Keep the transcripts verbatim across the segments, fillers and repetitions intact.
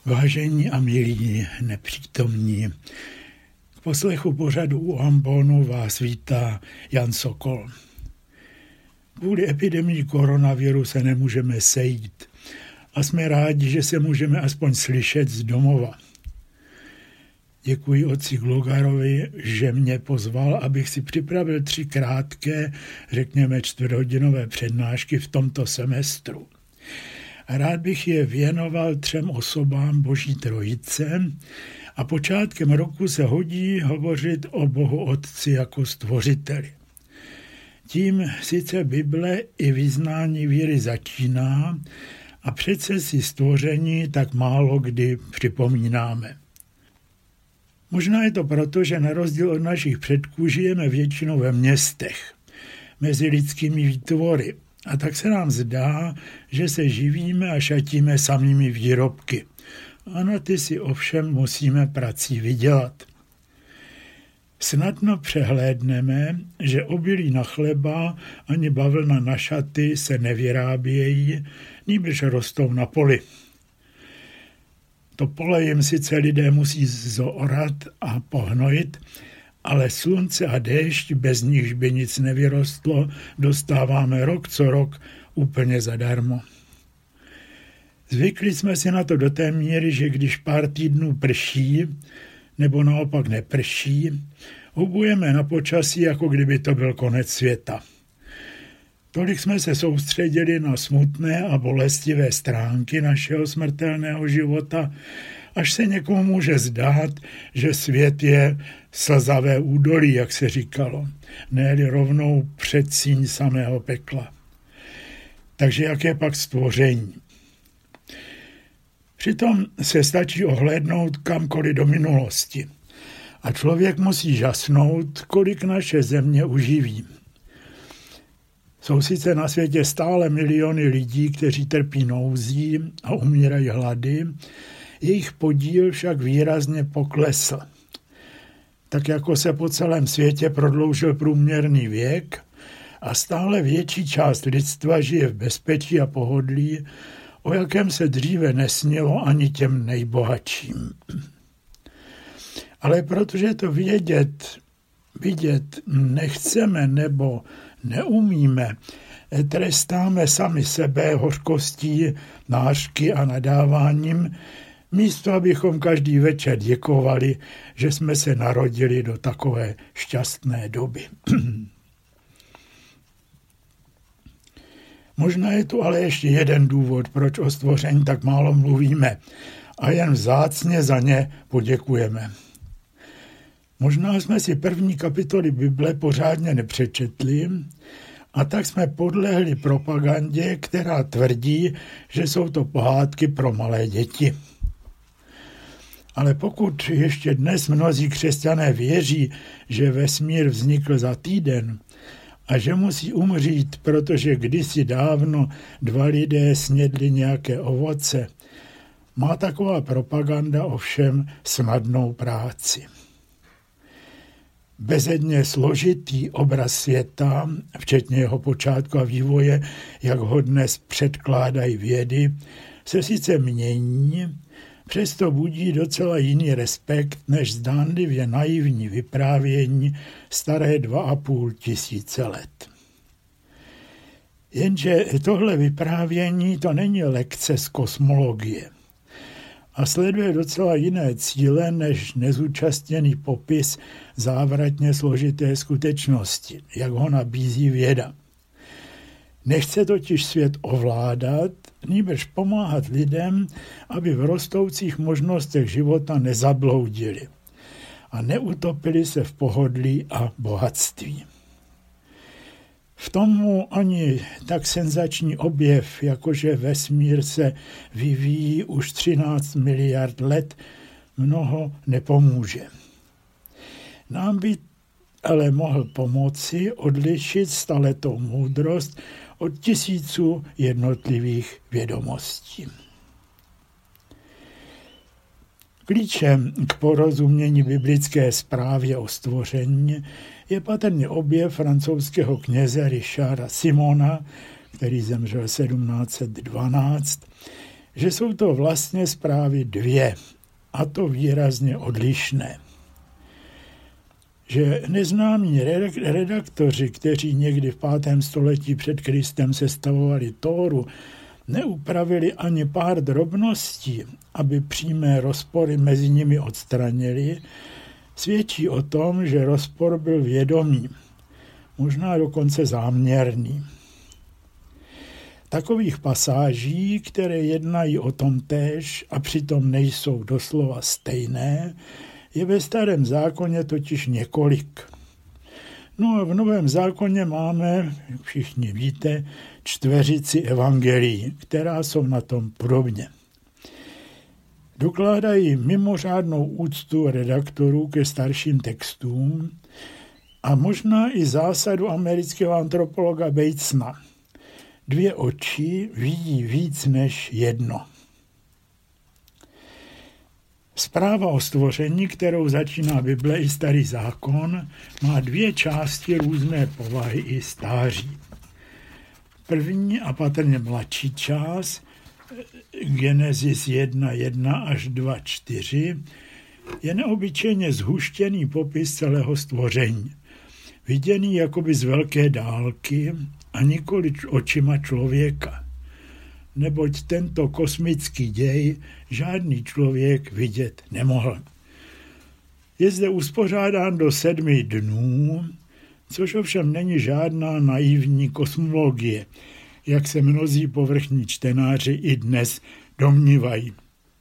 Vážení a milí nepřítomní, k poslechu pořadu u ambonu vás vítá Jan Sokol. Kvůli epidemii koronaviru se nemůžeme sejít a jsme rádi, že se můžeme aspoň slyšet z domova. Děkuji otci Glogarovi, že mě pozval, abych si připravil tři krátké, řekněme čtvrthodinové přednášky v tomto semestru. A rád bych je věnoval třem osobám Boží trojice a počátkem roku se hodí hovořit o Bohu Otci jako stvořiteli. Tím sice Bible i vyznání víry začíná a přece si stvoření tak málo kdy připomínáme. Možná je to proto, že na rozdíl od našich předků žijeme většinou ve městech, mezi lidskými výtvory. A tak se nám zdá, že se živíme a šatíme samými výrobky. A na ty si ovšem musíme prací vydělat. Snadno přehlédneme, že obilí na chleba ani bavlna na šaty se nevyrábějí, nýbrž rostou na poli. To pole jim sice lidé musí zoorat a pohnojit, ale slunce a déšť, bez nichž by nic nevyrostlo, dostáváme rok co rok úplně zadarmo. Zvykli jsme si na to do té míry, že když pár týdnů prší, nebo naopak neprší, hubujeme na počasí, jako kdyby to byl konec světa. Tolik jsme se soustředili na smutné a bolestivé stránky našeho smrtelného života, až se někomu může zdát, že svět je slzavé údolí, jak se říkalo, ne-li rovnou předsíň samého pekla. Takže jaké pak stvoření? Přitom se stačí ohlédnout kamkoliv do minulosti. A člověk musí žasnout, kolik naše země uživí. Jsou sice na světě stále miliony lidí, kteří trpí nouzí a umírají hlady, jejich podíl však výrazně poklesl. Tak jako se po celém světě prodloužil průměrný věk a stále větší část lidstva žije v bezpečí a pohodlí, o jakém se dříve nesnilo ani těm nejbohatším. Ale protože to vědět, vidět nechceme nebo neumíme, trestáme sami sebe hořkostí, nářky a nadáváním, místo abychom každý večer děkovali, že jsme se narodili do takové šťastné doby. Možná je tu ale ještě jeden důvod, proč o stvoření tak málo mluvíme a jen vzácně za ně poděkujeme. Možná jsme si první kapitoly Bible pořádně nepřečetli a tak jsme podlehli propagandě, která tvrdí, že jsou to pohádky pro malé děti. Ale pokud ještě dnes mnozí křesťané věří, že vesmír vznikl za týden a že musí umřít, protože kdysi dávno dva lidé snědli nějaké ovoce, má taková propaganda ovšem snadnou práci. Bezedně složitý obraz světa, včetně jeho počátku a vývoje, jak ho dnes předkládají vědy, se sice mění, přesto budí docela jiný respekt než zdánlivě naivní vyprávění staré dva a půl tisíce let. Jenže tohle vyprávění to není lekce z kosmologie a sleduje docela jiné cíle než nezúčastněný popis závratně složité skutečnosti, jak ho nabízí věda. Nechce totiž svět ovládat, nýbrž pomáhat lidem, aby v rostoucích možnostech života nezabloudili a neutopili se v pohodlí a bohatství. V tomu ani tak senzační objev, jakože vesmír se vyvíjí už třináct miliard let, mnoho nepomůže. Nám by ale mohl pomoci odlišit staletou moudrost od tisíců jednotlivých vědomostí. Klíčem k porozumění biblické zprávě o stvoření je patrně objev francouzského kněze Richarda Simona, který zemřel sedmnáct set dvanáct, že jsou to vlastně zprávy dvě, a to výrazně odlišné. Že neznámí redaktoři, kteří někdy v pátém století před Kristem sestavovali Tóru, neupravili ani pár drobností, aby přímé rozpory mezi nimi odstranili, svědčí o tom, že rozpor byl vědomý, možná dokonce záměrný. Takových pasáží, které jednají o tom též a přitom nejsou doslova stejné, je ve Starém zákoně totiž několik. No a v Novém zákoně máme, jak všichni víte, čtveřici evangelií, která jsou na tom podobně. Dokládají mimořádnou úctu redaktorů ke starším textům a možná i zásadu amerického antropologa Batesona. Dvě oči vidí víc než jedno. Zpráva o stvoření, kterou začíná Bible i Starý zákon, má dvě části různé povahy i stáří. První a patrně mladší část, Genesis jedna jedna až dva čtyři, je neobyčejně zhuštěný popis celého stvoření, viděný jakoby z velké dálky a nikoli očima člověka. Neboť tento kosmický děj žádný člověk vidět nemohl. Je zde uspořádán do sedmi dnů, což ovšem není žádná naivní kosmologie, jak se mnozí povrchní čtenáři i dnes domnívají.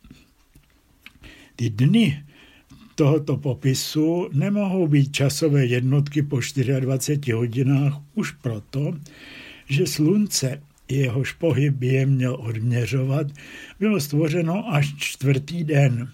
Ty tohoto popisu nemohou být časové jednotky po dvaceti čtyřech hodinách už proto, že slunce, jehož pohyb je měl odměřovat, bylo stvořeno až čtvrtý den.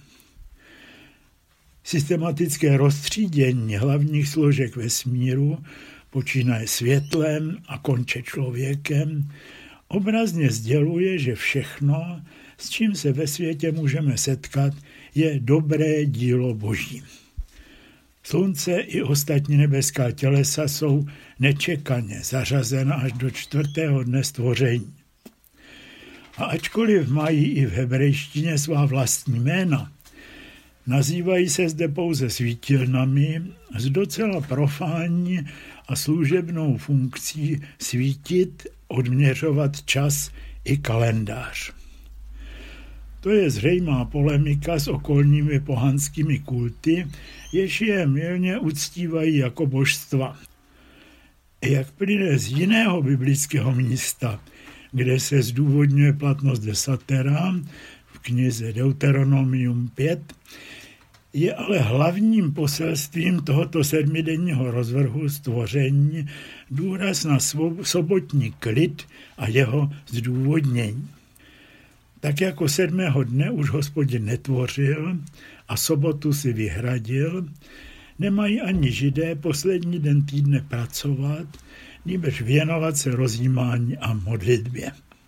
Systematické roztřídění hlavních složek vesmíru, počínaje světlem a konče člověkem, obrazně sděluje, že všechno, s čím se ve světě můžeme setkat, je dobré dílo Boží. Slunce i ostatní nebeská tělesa jsou nečekaně zařazena až do čtvrtého dne stvoření. A ačkoliv mají i v hebrejštině svá vlastní jména, nazývají se zde pouze svítilnami s docela profánní a služebnou funkcí svítit, odměřovat čas i kalendář. To je zřejmá polemika s okolními pohanskými kulty, jež je mylně uctívají jako božstva. Jak plyne z jiného biblického místa, kde se zdůvodňuje platnost desatera v knize Deuteronomium pět, je ale hlavním poselstvím tohoto sedmidenního rozvrhu stvoření důraz na sobotní klid a jeho zdůvodnění. Tak jako sedmého dne už Hospodin netvořil a sobotu si vyhradil, nemají ani Židé poslední den týdne pracovat, nýbrž věnovat se rozjímání a modlitbě.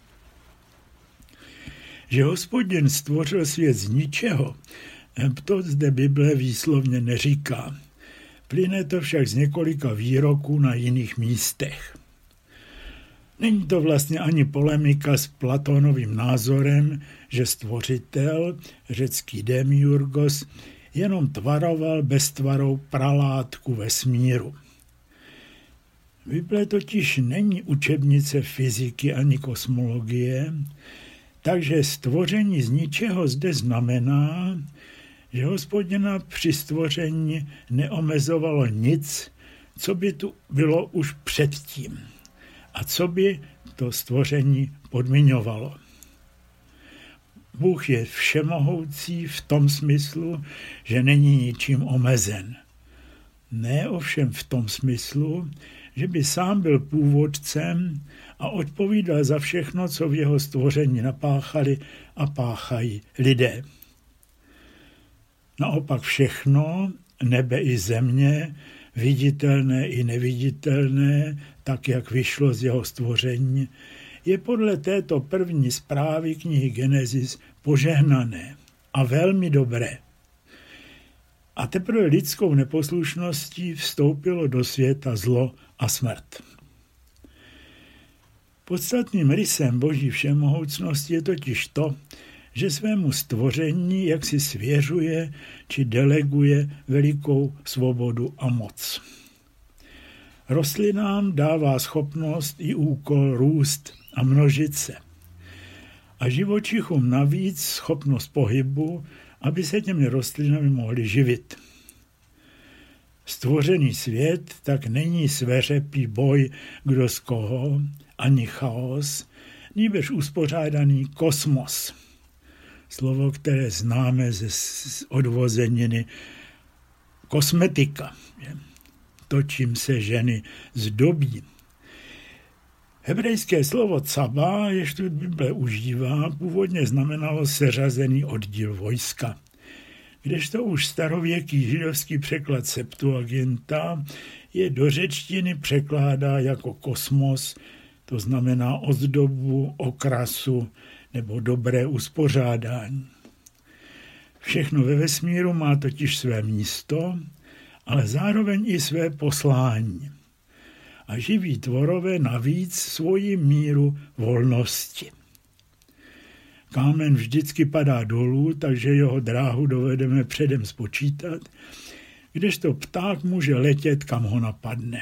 Že Hospodin stvořil svět z ničeho, to zde Bible výslovně neříká. Plyne to však z několika výroků na jiných místech. Není to vlastně ani polemika s Platónovým názorem, že stvořitel, řecký demiurgos, jenom tvaroval beztvarou pralátku vesmíru. Bible totiž není učebnice fyziky ani kosmologie, takže stvoření z ničeho zde znamená, že Hospodina při stvoření neomezovalo nic, co by tu bylo už předtím a co by to stvoření podmiňovalo. Bůh je všemohoucí v tom smyslu, že není ničím omezen. Ne ovšem v tom smyslu, že by sám byl původcem a odpovídal za všechno, co v jeho stvoření napáchali a páchají lidé. Naopak všechno, nebe i země, viditelné i neviditelné, tak jak vyšlo z jeho stvoření, je podle této první zprávy knihy Genesis požehnané a velmi dobré. A teprve lidskou neposlušností vstoupilo do světa zlo a smrt. Podstatným rysem Boží všemohoucnosti je totiž to, že svému stvoření jaksi svěřuje či deleguje velikou svobodu a moc. Rostlinám dává schopnost i úkol růst a množit se. A živočichům navíc schopnost pohybu, aby se těmi rostlinami mohli živit. Stvořený svět tak není sveřepý boj kdo z koho, ani chaos, nýbrž uspořádaný kosmos. Slovo, které známe ze odvozeniny kosmetika. To, čím se ženy zdobí. Hebrejské slovo caba, jež tu Bible užívá, původně znamenalo seřazený oddíl vojska. Kdežto už starověký židovský překlad Septuaginta je do řečtiny překládá jako kosmos, to znamená ozdobu, okrasu nebo dobré uspořádání. Všechno ve vesmíru má totiž své místo, ale zároveň i své poslání. A živí tvorové navíc svoji míru volnosti. Kámen vždycky padá dolů, takže jeho dráhu dovedeme předem spočítat, kdežto pták může letět, kam ho napadne.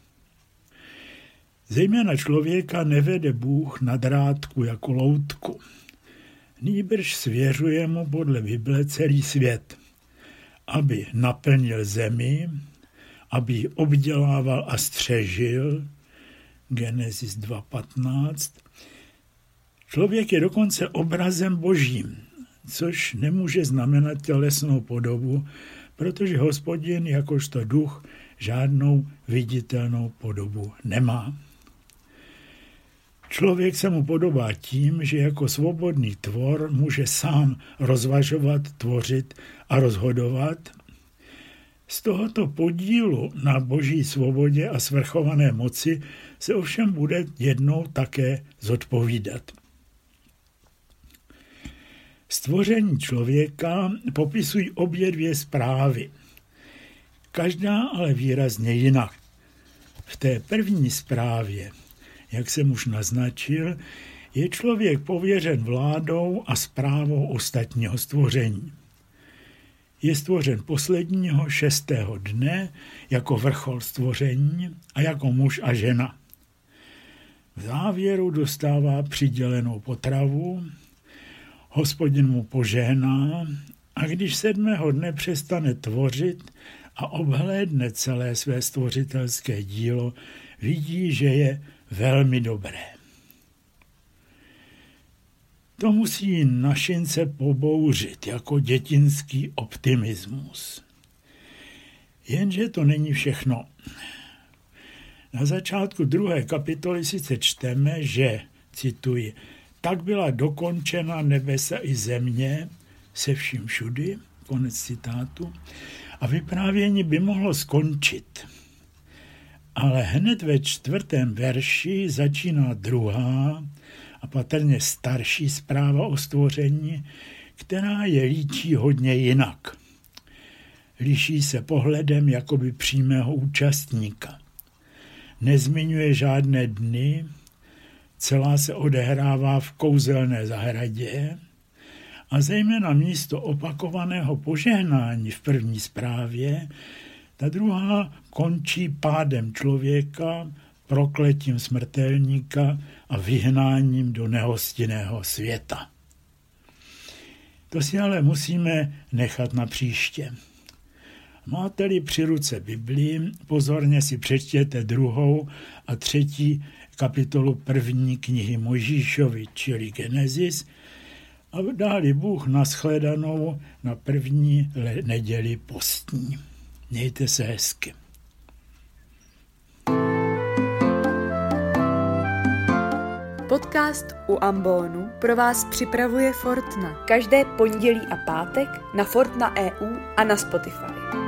Zejména člověka nevede Bůh na drátku jako loutku. Nýbrž svěřuje mu podle Bible celý svět, aby naplnil zemi, aby ji obdělával a střežil, Genesis dva patnáct. Člověk je dokonce obrazem Božím, což nemůže znamenat tělesnou podobu, protože Hospodin jakožto duch žádnou viditelnou podobu nemá. Člověk se mu podobá tím, že jako svobodný tvor může sám rozvažovat, tvořit a rozhodovat. Z tohoto podílu na Boží svobodě a svrchované moci se ovšem bude jednou také zodpovídat. Stvoření člověka popisují obě dvě zprávy. Každá ale výrazně jinak. V té první zprávě, jak jsem už naznačil, je člověk pověřen vládou a správou ostatního stvoření. Je stvořen posledního šestého dne jako vrchol stvoření a jako muž a žena. V závěru dostává přidělenou potravu, Hospodin mu požehná a když sedmého dne přestane tvořit a obhlédne celé své stvořitelské dílo, vidí, že je velmi dobré. To musí našince pobouřit jako dětinský optimismus. Jenže to není všechno. Na začátku druhé kapitoly sice čteme, že, cituji, tak byla dokončena nebesa i země se vším všudy, konec citátu, a vyprávění by mohlo skončit. Ale hned ve čtvrtém verši začíná druhá a patrně starší zpráva o stvoření, která je líčí hodně jinak. Liší se pohledem jakoby přímého účastníka. Nezmiňuje žádné dny, celá se odehrává v kouzelné zahradě a zejména místo opakovaného požehnání v první zprávě, ta druhá končí pádem člověka, prokletím smrtelníka a vyhnáním do nehostinného světa. To si ale musíme nechat na příště. Máte-li při ruce Biblii, pozorně si přečtěte druhou a třetí kapitolu první knihy Mojžíšovi, čili Genesis, a dá-li Bůh nashledanou na první neděli postní. Mějte se hezky. Podcast u Ambonu pro vás připravuje Fortna. Každé pondělí a pátek na Fortna tečka e u a na Spotify.